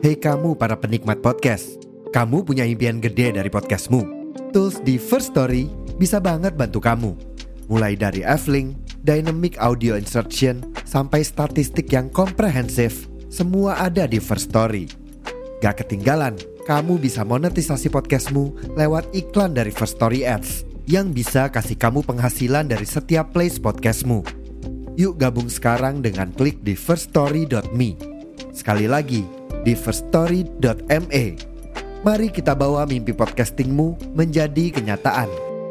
Hei kamu para penikmat podcast, kamu punya impian gede dari podcastmu. Tools di First Story bisa banget bantu kamu. Mulai dari F-Link, Dynamic Audio Insertion, sampai statistik yang komprehensif, semua ada di First Story. Gak ketinggalan, kamu bisa monetisasi podcastmu lewat iklan dari First Story Ads yang bisa kasih kamu penghasilan dari setiap plays podcastmu. Yuk gabung sekarang dengan klik di firststory.me. Sekali lagi, di firststory.me. Mari kita bawa mimpi podcastingmu menjadi kenyataan.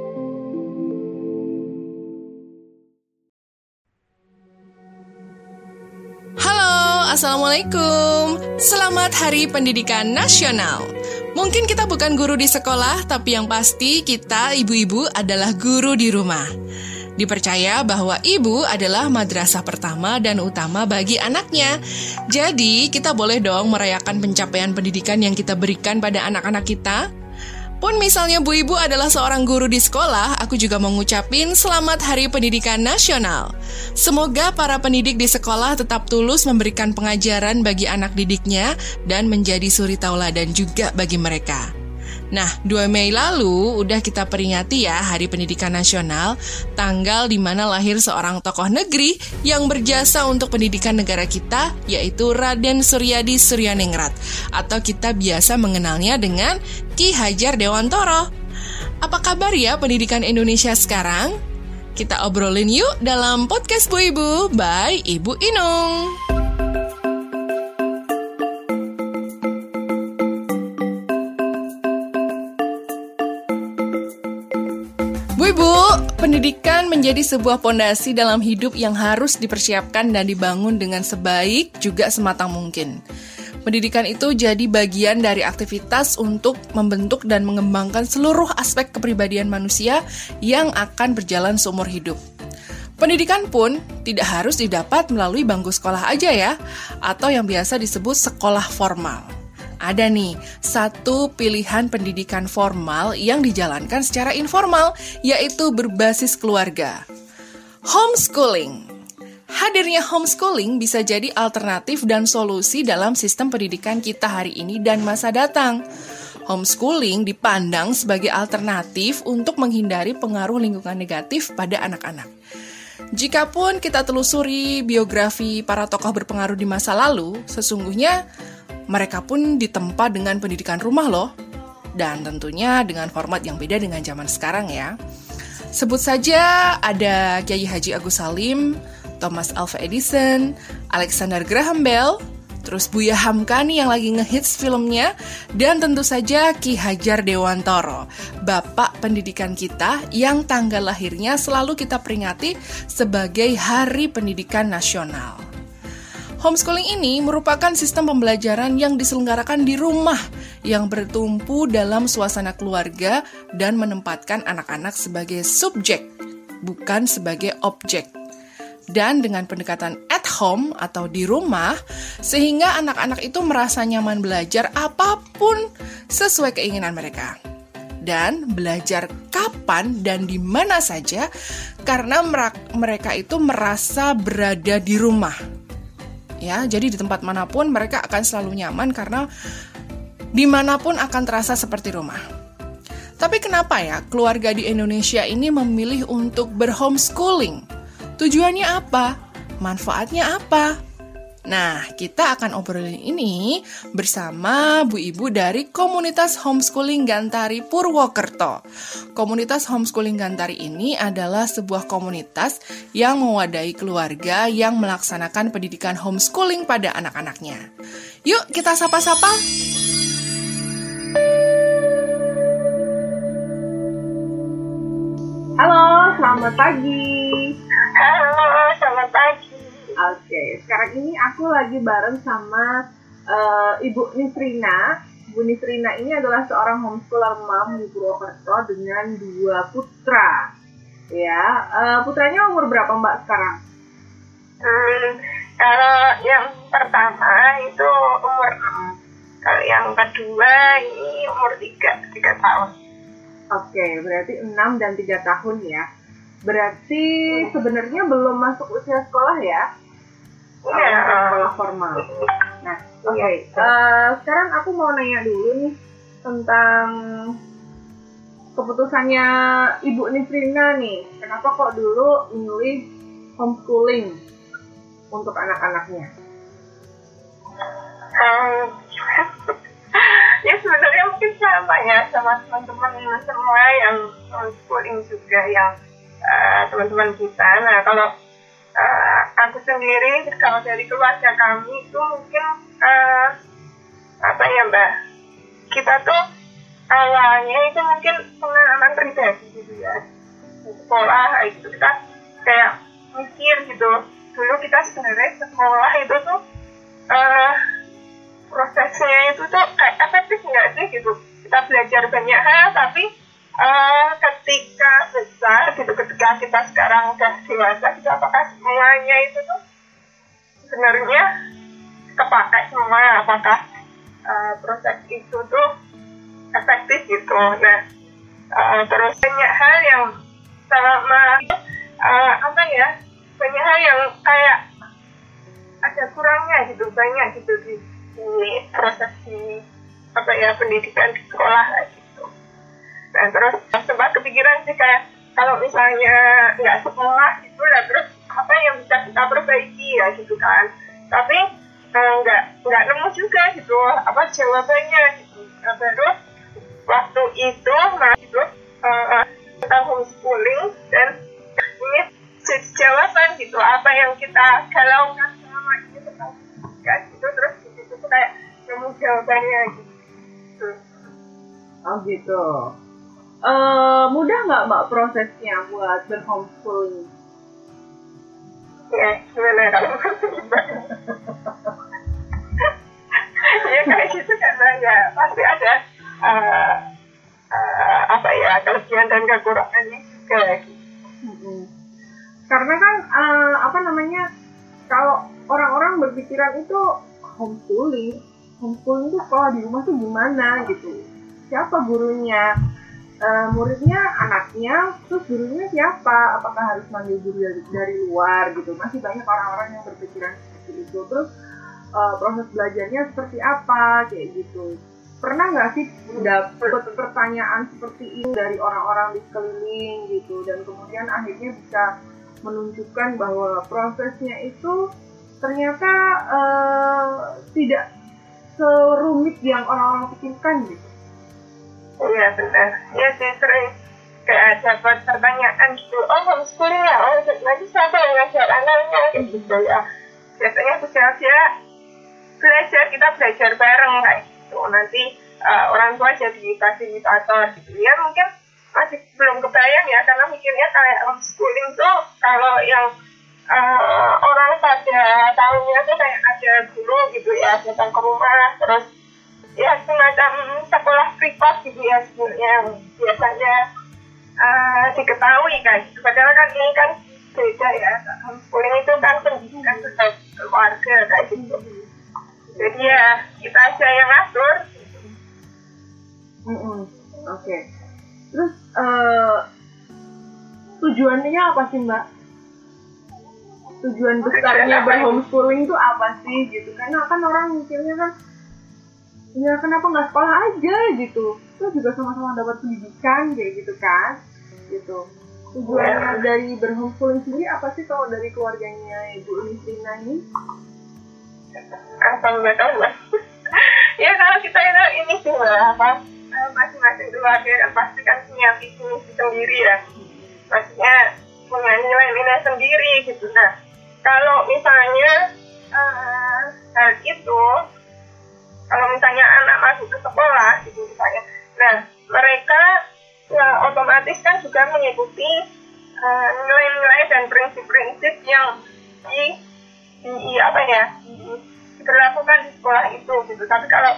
Halo, Assalamualaikum. Selamat Hari Pendidikan Nasional. Mungkin kita bukan guru di sekolah, tapi yang pasti kita ibu-ibu adalah guru di rumah. Dipercaya bahwa ibu adalah madrasah pertama dan utama bagi anaknya. Jadi, kita boleh dong merayakan pencapaian pendidikan yang kita berikan pada anak-anak kita. Pun misalnya Bu Ibu adalah seorang guru di sekolah, aku juga mau ngucapin Selamat Hari Pendidikan Nasional. Semoga para pendidik di sekolah tetap tulus memberikan pengajaran bagi anak didiknya dan menjadi suri tauladan juga bagi mereka. Nah, 2 Mei lalu udah kita peringati ya Hari Pendidikan Nasional, tanggal di mana lahir seorang tokoh negeri yang berjasa untuk pendidikan negara kita, yaitu Raden Suryadi Suryaningrat, atau kita biasa mengenalnya dengan Ki Hajar Dewantara. Apa kabar ya pendidikan Indonesia sekarang? Kita obrolin yuk dalam podcast Bu Ibu by Ibu Inung. Bu Ibu, pendidikan menjadi sebuah pondasi dalam hidup yang harus dipersiapkan dan dibangun dengan sebaik juga sematang mungkin. Pendidikan itu jadi bagian dari aktivitas untuk membentuk dan mengembangkan seluruh aspek kepribadian manusia yang akan berjalan seumur hidup. Pendidikan pun tidak harus didapat melalui bangku sekolah aja ya, atau yang biasa disebut sekolah formal. Ada nih, satu pilihan pendidikan formal yang dijalankan secara informal, yaitu berbasis keluarga. Homeschooling. Hadirnya homeschooling bisa jadi alternatif dan solusi dalam sistem pendidikan kita hari ini dan masa datang. Homeschooling dipandang sebagai alternatif untuk menghindari pengaruh lingkungan negatif pada anak-anak. Jikapun kita telusuri biografi para tokoh berpengaruh di masa lalu, sesungguhnya mereka pun ditempa dengan pendidikan rumah loh. Dan tentunya dengan format yang beda dengan zaman sekarang ya. Sebut saja ada Kiai Haji Agus Salim, Thomas Alva Edison, Alexander Graham Bell, terus Buya Hamka nih yang lagi ngehits filmnya, dan tentu saja Ki Hajar Dewantara, bapak pendidikan kita yang tanggal lahirnya selalu kita peringati sebagai Hari Pendidikan Nasional. Homeschooling ini merupakan sistem pembelajaran yang diselenggarakan di rumah yang bertumpu dalam suasana keluarga dan menempatkan anak-anak sebagai subjek, bukan sebagai objek. Dan dengan pendekatan at home atau di rumah, sehingga anak-anak itu merasa nyaman belajar apapun sesuai keinginan mereka. Dan belajar kapan dan di mana saja karena mereka itu merasa berada di rumah. Ya, jadi di tempat manapun mereka akan selalu nyaman karena dimanapun akan terasa seperti rumah. Tapi kenapa ya keluarga di Indonesia ini memilih untuk berhomeschooling? Tujuannya apa? Manfaatnya apa? Nah, kita akan obrolin ini bersama Bu Ibu dari Komunitas Homeschooling Gantari Purwokerto. Komunitas Homeschooling Gantari ini adalah sebuah komunitas yang mewadahi keluarga yang melaksanakan pendidikan homeschooling pada anak-anaknya. Yuk, kita sapa-sapa. Halo, selamat pagi. Halo, selamat pagi. Oke, sekarang ini aku lagi bareng sama Ibu Nisrina. Bu Nisrina ini adalah seorang homeschooler mom di Purwokerto dengan 2 putra. Ya, putranya umur berapa Mbak sekarang? Kalau yang pertama itu umur 6. Kalau yang kedua ini umur 3 tahun. Oke, berarti 6 dan 3 tahun ya. Berarti sebenarnya belum masuk usia sekolah ya? sekolah formal. Nah, oke. Sekarang aku mau nanya dulu nih tentang keputusannya Ibu Nisrina nih. Kenapa kok dulu memilih homeschooling untuk anak-anaknya? Ya sebenarnya mungkin sama ya sama teman-teman semua yang homeschooling juga yang teman-teman kita. Nah kalau aku sendiri kalau dari keluarga kami itu mungkin apa ya Mbak, kita tuh awalnya itu mungkin pengalaman pribadi gitu ya, di sekolah gitu kita kayak mikir gitu, dulu kita sebenarnya sekolah itu tuh prosesnya itu tuh kayak efektif nggak sih gitu, kita belajar banyak hal tapi ketika besar gitu, ketika kita sekarang udah dewasa gitu, apakah semuanya itu tuh sebenarnya kepakai semua, apakah proses itu tuh efektif gitu. Nah terus banyak hal yang sama apa ya, banyak hal yang kayak ada kurangnya gitu, banyak gitu di proses di apa ya pendidikan di sekolah gitu. Nah terus sempat kepikiran sih kayak kalau misalnya nggak sekolah gitu lah, terus apa yang bisa kita perbaiki ya gitu kan, tapi nggak nemu juga gitu apa jawabannya gitu. Nah, terus waktu itu tentang homeschooling dan ini jadi jawaban gitu apa yang kita galaukan selama ini tentang pendidikan gitu, terus itu tuh kayak nemu jawabannya gitu. Oh gitu. Mudah nggak Mbak prosesnya buat berhomeschooling? Ya gimana kalau ya kayak gitu karena ya pasti ada apa ya kelebihan dan kekurangannya juga gitu. Karena kan apa namanya, kalau orang-orang berpikiran itu homeschooling itu sekolah di rumah tuh gimana gitu, siapa gurunya, muridnya anaknya, terus gurunya siapa, apakah harus manggil guru dari luar gitu. Masih banyak orang-orang yang berpikiran seperti itu. Terus proses belajarnya seperti apa kayak gitu. Pernah nggak sih dapat pertanyaan seperti ini dari orang-orang di sekeliling gitu, dan kemudian akhirnya bisa menunjukkan bahwa prosesnya itu ternyata tidak serumit yang orang-orang pikirkan gitu. Iya benar, ya sih sering kayak dapat pertanyaan gitu, oh homeschooling ya, oh nanti siapa yang ngajar anaknya gitu ya. Biasanya aku jawab ya belajar, kita belajar bareng kayak gitu. Nanti orang tua jadi fasilitator gitu ya, mungkin masih belum kebayang ya, karena mikirnya kayak homeschooling tuh kalau yang orang pada tahunya tuh kayak ada guru gitu ya datang ke rumah, terus ya semacam sekolah privat gitu ya sebenarnya yang biasanya diketahui kan gitu. Padahal kan ini kan beda ya, homeschooling itu kan pendidikan tetap keluarga kayak gitu. Jadi ya kita aja yang ngatur. Oke. Terus tujuannya apa sih Mbak? Tujuan besarnya berhomeschooling itu apa sih gitu? Karena kan orang mikirnya kan, ya kenapa nggak sekolah aja gitu? Itu juga sama-sama dapat pendidikan kayak gitu kan? Gitu. Tujuannya dari berhomeschooling sendiri apa sih kalau dari keluarganya Ibu Nisrina ini? Alhamdulillah. Ya kalau kita ini sih apa? Masing-masing keluarga kan pasti kan punya visi misi sendiri ya, maksudnya punya nilai-nilai sendiri gitu. Nah kalau misalnya hal itu, kalau misalnya anak masuk ke sekolah gitu misalnya, nah mereka otomatis kan juga mengikuti nilai-nilai dan prinsip-prinsip yang diberlakukan di sekolah itu gitu. Tapi kalau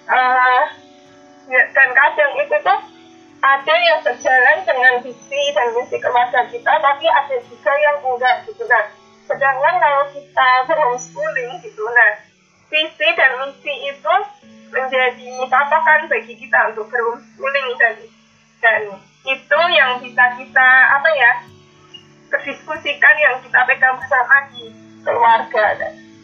dan kadang itu tuh ada yang sejalan dengan visi dan misi keluarga kita, tapi ada juga yang enggak gitu kan. Sedangkan kalau kita berhomeschooling gitu, nah visi dan misi itu menjadi patokan bagi kita untuk berhomeschooling, dan itu yang bisa kita berdiskusikan, yang kita pegang bersama di keluarga.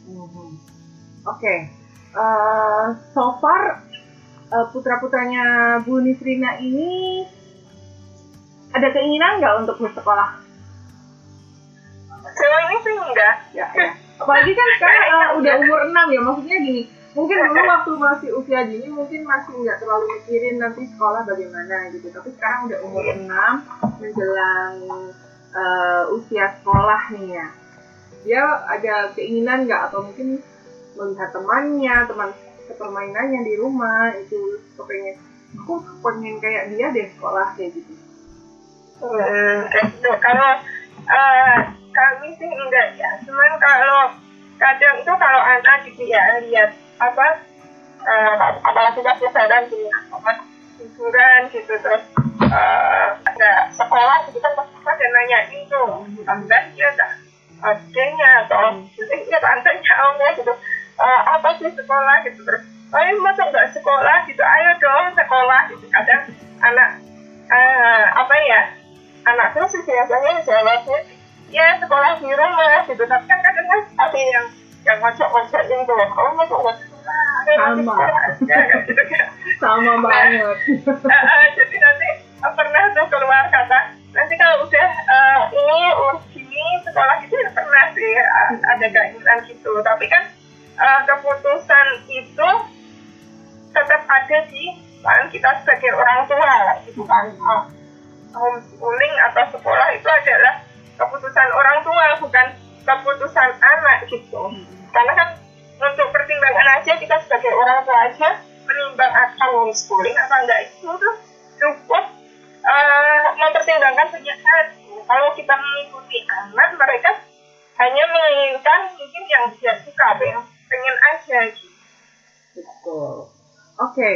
Oke. So far putra-putranya Bu Nisrina ini ada keinginan nggak untuk bersekolah? Sejauh ini sih enggak. Ya. Apalagi kan sekarang udah umur 6 ya, maksudnya gini, mungkin dulu waktu masih usia dini mungkin masih nggak terlalu mikirin nanti sekolah bagaimana gitu, tapi sekarang udah umur 6 menjelang usia sekolah nih ya. Dia ada keinginan nggak, atau mungkin melihat temannya, teman permainannya di rumah itu aku pengen kayak dia deh sekolah kayak gitu. Kalau kami sih enggak ya, cuman kalau kadang itu kalau anak gitu ya lihat apalagi pas lebaran gitu, liburan gitu, terus ada sekolah gitu kan pasti ada nanyain tuh tantenya adiknya atau ya tantenya omnya gitu, apa sih sekolah gitu, terus ayo masa nggak sekolah gitu, ayo dong sekolah gitu. Kadang anak anakku sih biasanya jawabnya ya sekolah di rumah gitu, tapi kan kadang kan ada yang ngocok-ngocokin tuh, oh masuk nggak sama banget. Jadi nanti pernah tuh keluar kata nanti kalau udah ini umur gini sekolah gitu ya, pernah sih ada keinginan gitu, tapi kan keputusan itu tetap ada di tangan kita sebagai orang tua gitu kan. Homeschooling atau sekolah itu adalah keputusan orang tua, bukan keputusan anak gitu. Karena kan untuk pertimbangan aja kita sebagai orang tua aja menimbang akan homeschooling apa enggak itu tuh cukup mempertimbangkan banyak hal. Kalau kita mengikuti anak, mereka hanya menginginkan mungkin yang dia suka, yang pengen aja gitu. Betul. Oke.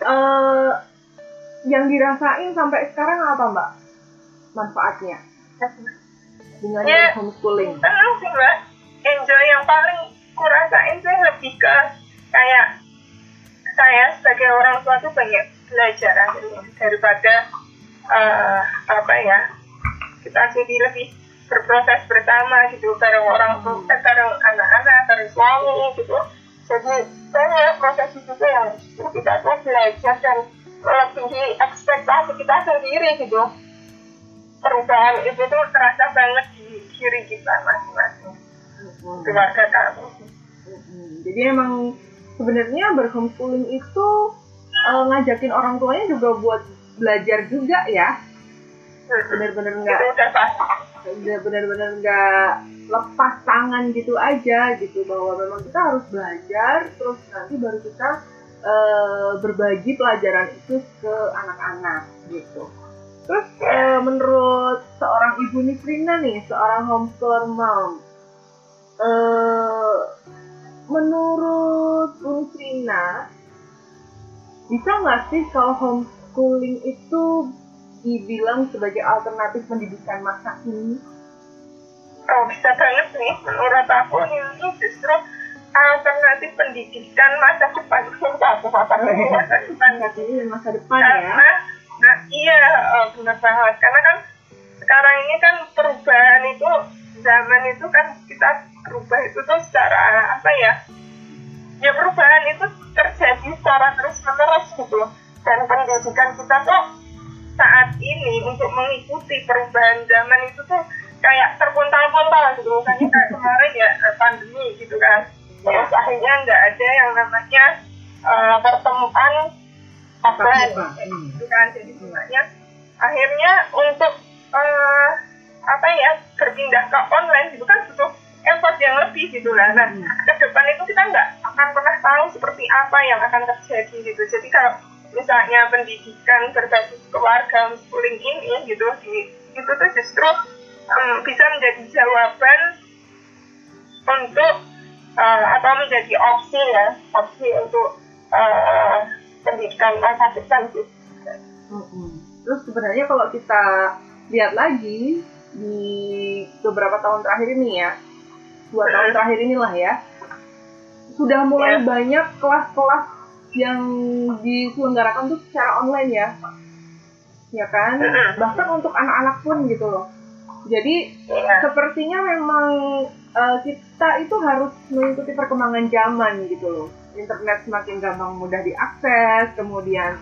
Yang dirasain sampai sekarang apa Mbak manfaatnya dengan homeschooling? Senang sih Mbak, enjoy. Yang paling kurasain sih lebih ke kayak saya sebagai orang tua tuh banyak belajar daripada kita jadi lebih berproses bersama gitu bareng orang tua, bareng anak-anak, bareng suami gitu. Jadi banyak proses itu yang kita tuh belajar dan melebihi ekspektasi kita sendiri gitu. Perubahan itu tuh terasa banget di diri kita masing-masing, keluarga kami. Jadi emang sebenarnya berhomeschooling itu ngajakin orang tuanya juga buat belajar juga ya. Benar-benar nggak lepas tangan gitu aja gitu, bahwa memang kita harus belajar, terus nanti baru kita berbagi pelajaran itu ke anak-anak gitu. Terus menurut seorang Ibu Nisrina nih, seorang homeschooler mom, menurut Bu Nisrina, bisa nggak sih kalau homeschooling itu dibilang sebagai alternatif pendidikan masa kini? Oh, bisa banget nih. Menurut aku ini justru alternatif pendidikan masa depan. Masa depan ya. Iya, benar banget. Karena kan sekarang ini kan perubahan itu, zaman itu kan kita berubah itu tuh secara ya perubahan itu terjadi secara terus-menerus gitu. Dan pendidikan kita tuh saat ini untuk mengikuti perubahan zaman itu tuh kayak terpuntal-puntal gitu. Misalnya kayak kemarin ya pandemi gitu kan. Terus akhirnya nggak ada yang namanya pertemuan offline gitu kan. Jadi sebenarnya akhirnya untuk berpindah ke online itu kan butuh effort yang lebih gitu lah. Nah, ke depan itu kita nggak akan pernah tahu seperti apa yang akan terjadi gitu. Jadi kalau misalnya pendidikan berbasis keluarga homeschooling ini gitu, itu tuh justru bisa menjadi jawaban untuk atau menjadi opsi untuk pendidikan masa depan gitu. Terus sebenarnya kalau kita lihat lagi di beberapa tahun terakhir ini ya, 2 tahun terakhir inilah ya, sudah mulai banyak kelas-kelas yang diselenggarakan tuh secara online ya kan, bahkan untuk anak-anak pun gitu loh. Jadi sepertinya memang kita itu harus mengikuti perkembangan zaman gitu loh. Internet semakin gampang mudah diakses, kemudian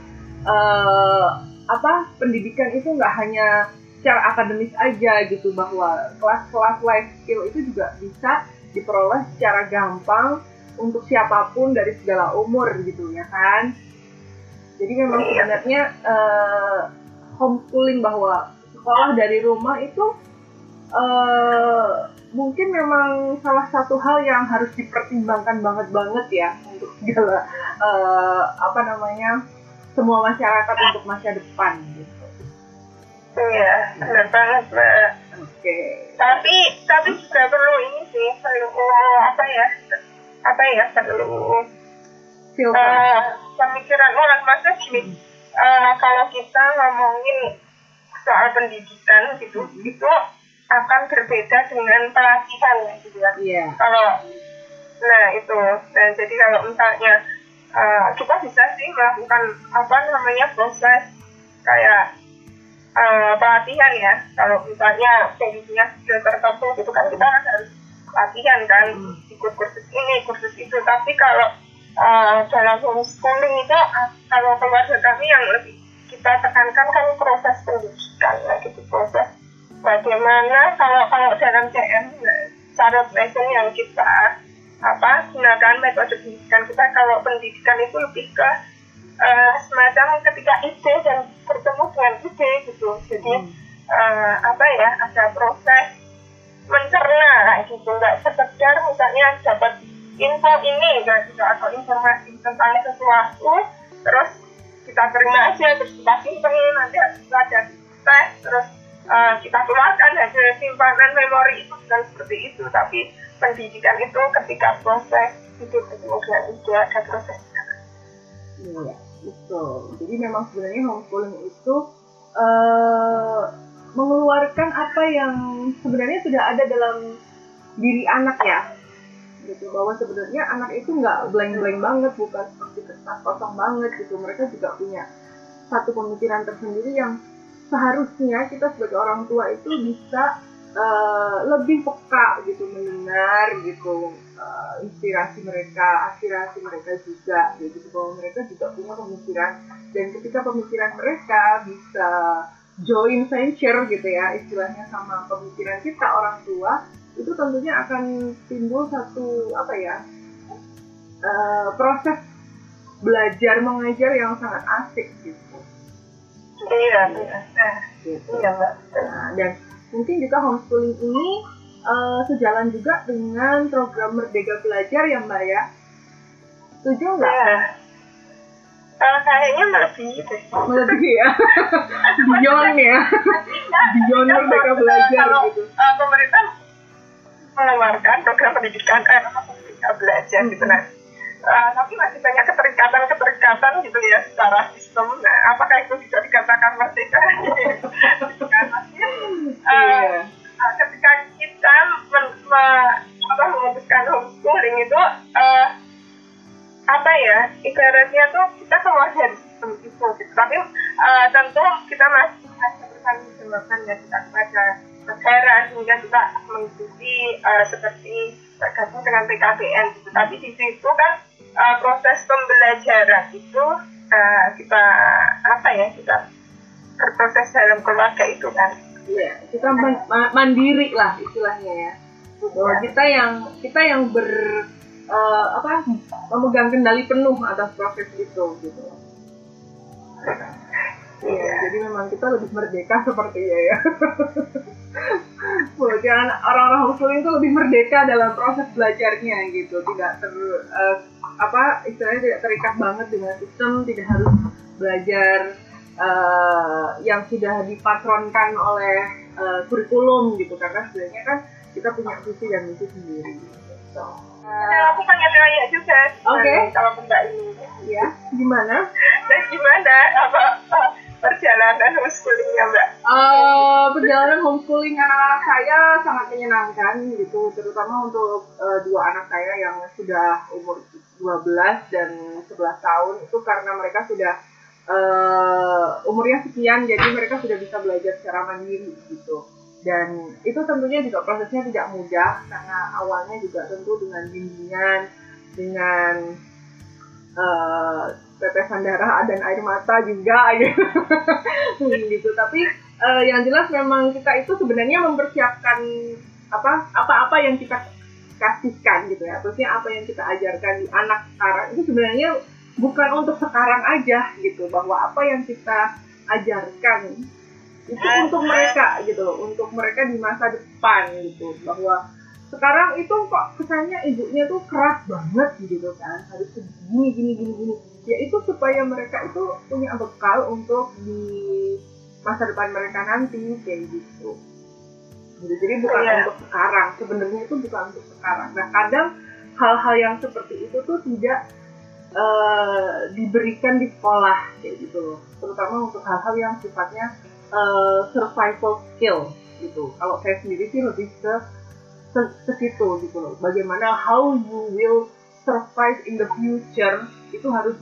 pendidikan itu nggak hanya secara akademis aja gitu, bahwa kelas-kelas life skill itu juga bisa diperoleh secara gampang untuk siapapun dari segala umur gitu ya kan. Jadi memang sebenarnya homeschooling, bahwa sekolah dari rumah itu mungkin memang salah satu hal yang harus dipertimbangkan banget ya untuk segala semua masyarakat untuk masa depan gitu. Iya, benar banget Mbak. Oke. Tapi juga perlu ini sih, perlu pemikiran orang, maksudnya gini, kalau kita ngomongin soal pendidikan gitu, itu akan berbeda dengan pelatihan gitu ya. Iya. Jadi kalau misalnya kita bisa sih melakukan proses kayak pelatihan ya. Kalau misalnya kondisinya skill tertentu gitu kan, kita kan harus latihan kan, ikut kursus ini, kursus itu. Tapi kalau dalam homeschooling itu, kalau keluarga kami yang lebih kita tekankan kan proses pendidikan ya gitu, proses bagaimana kalau dalam CM cara lesson yang kita gunakan metode pendidikan kita, kalau pendidikan itu lebih ke semacam ketika ide dan bertemu dengan ide gitu. Jadi ada proses mencerna gitu, nggak sekedar misalnya dapat info ini gitu, atau informasi tentang sesuatu terus kita terima aja, terus kita simpen, nanti ada tes, terus kita keluarkan hasil simpanan memori itu, bukan seperti itu. Tapi pendidikan itu ketika proses hidup, kemudian ide, ada prosesnya. Iya, betul. Jadi memang sebenarnya homeschooling itu mengeluarkan apa yang sebenarnya sudah ada dalam diri anak ya, gitu, bahwa sebenarnya anak itu nggak blank-blank banget, bukan seperti kertas kosong banget gitu. Mereka juga punya satu pemikiran tersendiri yang seharusnya kita sebagai orang tua itu bisa lebih peka gitu, mendengar gitu inspirasi mereka, aspirasi mereka juga gitu, bahwa mereka juga punya pemikiran, dan ketika pemikiran mereka bisa joint venture gitu ya istilahnya sama pemikiran kita orang tua, itu tentunya akan timbul satu proses belajar mengajar yang sangat asik gitu. Iya, gitu. Iya Mbak. Nah, dan mungkin juga homeschooling ini sejalan juga dengan program Merdeka Belajar ya Mbak ya. Setuju nggak? Ya. Kayaknya melebihi deh. Melebihi ya. Beyond ya. Beyond Merdeka Belajar gitu. Pemerintah mengeluarkan program pendidikan Merdeka Belajar gitu nah. Tapi masih banyak keterikatan gitu ya secara sistem. Nah, apakah itu bisa dikatakan merdeka? Ketika kita memutuskan homeschooling itu ibaratnya tuh kita keluar dari sistem itu gitu. Tapi tentu kita masih ada bertanggung jawaban ya kita kepada negara, sehingga kita mengikuti seperti bergabung dengan PKBN gitu. Tapi di situ kan proses pembelajaran itu kita berproses dalam keluarga itu kan. Iya, kita mandiri lah istilahnya ya. Bahwa kita yang memegang kendali penuh atas proses itu gitu. Iya, jadi memang kita lebih merdeka sepertinya ya. Jangan orang-orang homeschooling itu lebih merdeka dalam proses belajarnya gitu, tidak istilahnya tidak terikat banget dengan sistem, tidak harus belajar yang sudah dipatronkan oleh kurikulum gitu, karena sebenarnya kan kita punya visi dan misi sendiri. Gitu. Aku pengen tanya juga. Oke. Kalau Mbak ini. Ya, gimana? Dan gimana perjalanan homeschoolingnya Mbak? Perjalanan homeschooling anak-anak saya sangat menyenangkan gitu, terutama untuk dua anak saya yang sudah umur 12 dan 11 tahun itu, karena mereka sudah umurnya sekian, jadi mereka sudah bisa belajar secara mandiri gitu. Dan itu tentunya juga prosesnya tidak mudah, karena awalnya juga tentu dengan bimbingan, dengan tetesan darah dan air mata juga gitu. Tapi yang jelas memang kita itu sebenarnya mempersiapkan apa-apa yang kita kasihkan gitu ya. Terusnya apa yang kita ajarkan di anak sekarang itu sebenarnya bukan untuk sekarang aja gitu, bahwa apa yang kita ajarkan itu untuk mereka gitu, untuk mereka di masa depan gitu. Bahwa sekarang itu kok kesannya ibunya tuh keras banget gitu kan, harus gini. Ya itu supaya mereka itu punya bekal untuk di masa depan mereka nanti kayak gitu. Jadi bukan untuk sekarang, sebenarnya itu bukan untuk sekarang. Nah kadang hal-hal yang seperti itu tuh tidak diberikan di sekolah kayak gitu loh, terutama untuk hal-hal yang sifatnya survival skill gitu. Kalau saya sendiri sih lebih ke situ gitu loh. Bagaimana how you will survive in the future itu harus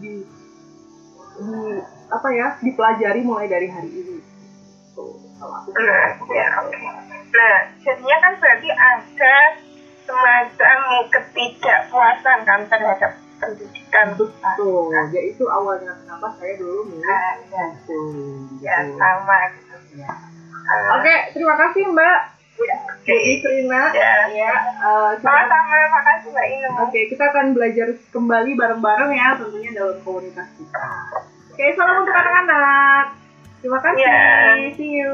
dipelajari mulai dari hari ini. Kalau aku Nah, jadinya kan berarti ada semacam ketidakpuasan kan terhadap pendidikan. Betul, ya itu awalnya kenapa saya dulu milih sama gitu. Oke, terima kasih Mbak Nisrina. Sama-sama, makasih Mbak Inu. Oke, kita akan belajar kembali bareng-bareng ya, tentunya dalam komunitas kita. Oke, salam untuk anak-anak. Terima kasih. See you.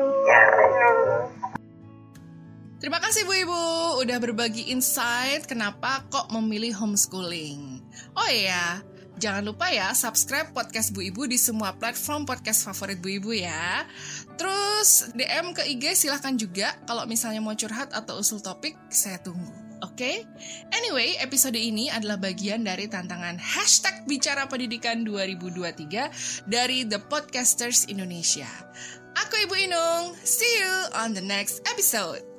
Terima kasih Bu Ibu udah berbagi insight kenapa kok memilih homeschooling. Oh iya, jangan lupa ya subscribe podcast Bu Ibu di semua platform podcast favorit Bu Ibu ya. Terus DM ke IG silahkan juga kalau misalnya mau curhat atau usul topik, saya tunggu. Oke? Anyway, episode ini adalah bagian dari tantangan #Bicara Pendidikan 2023 dari The Podcasters Indonesia. Aku Ibu Inung, see you on the next episode.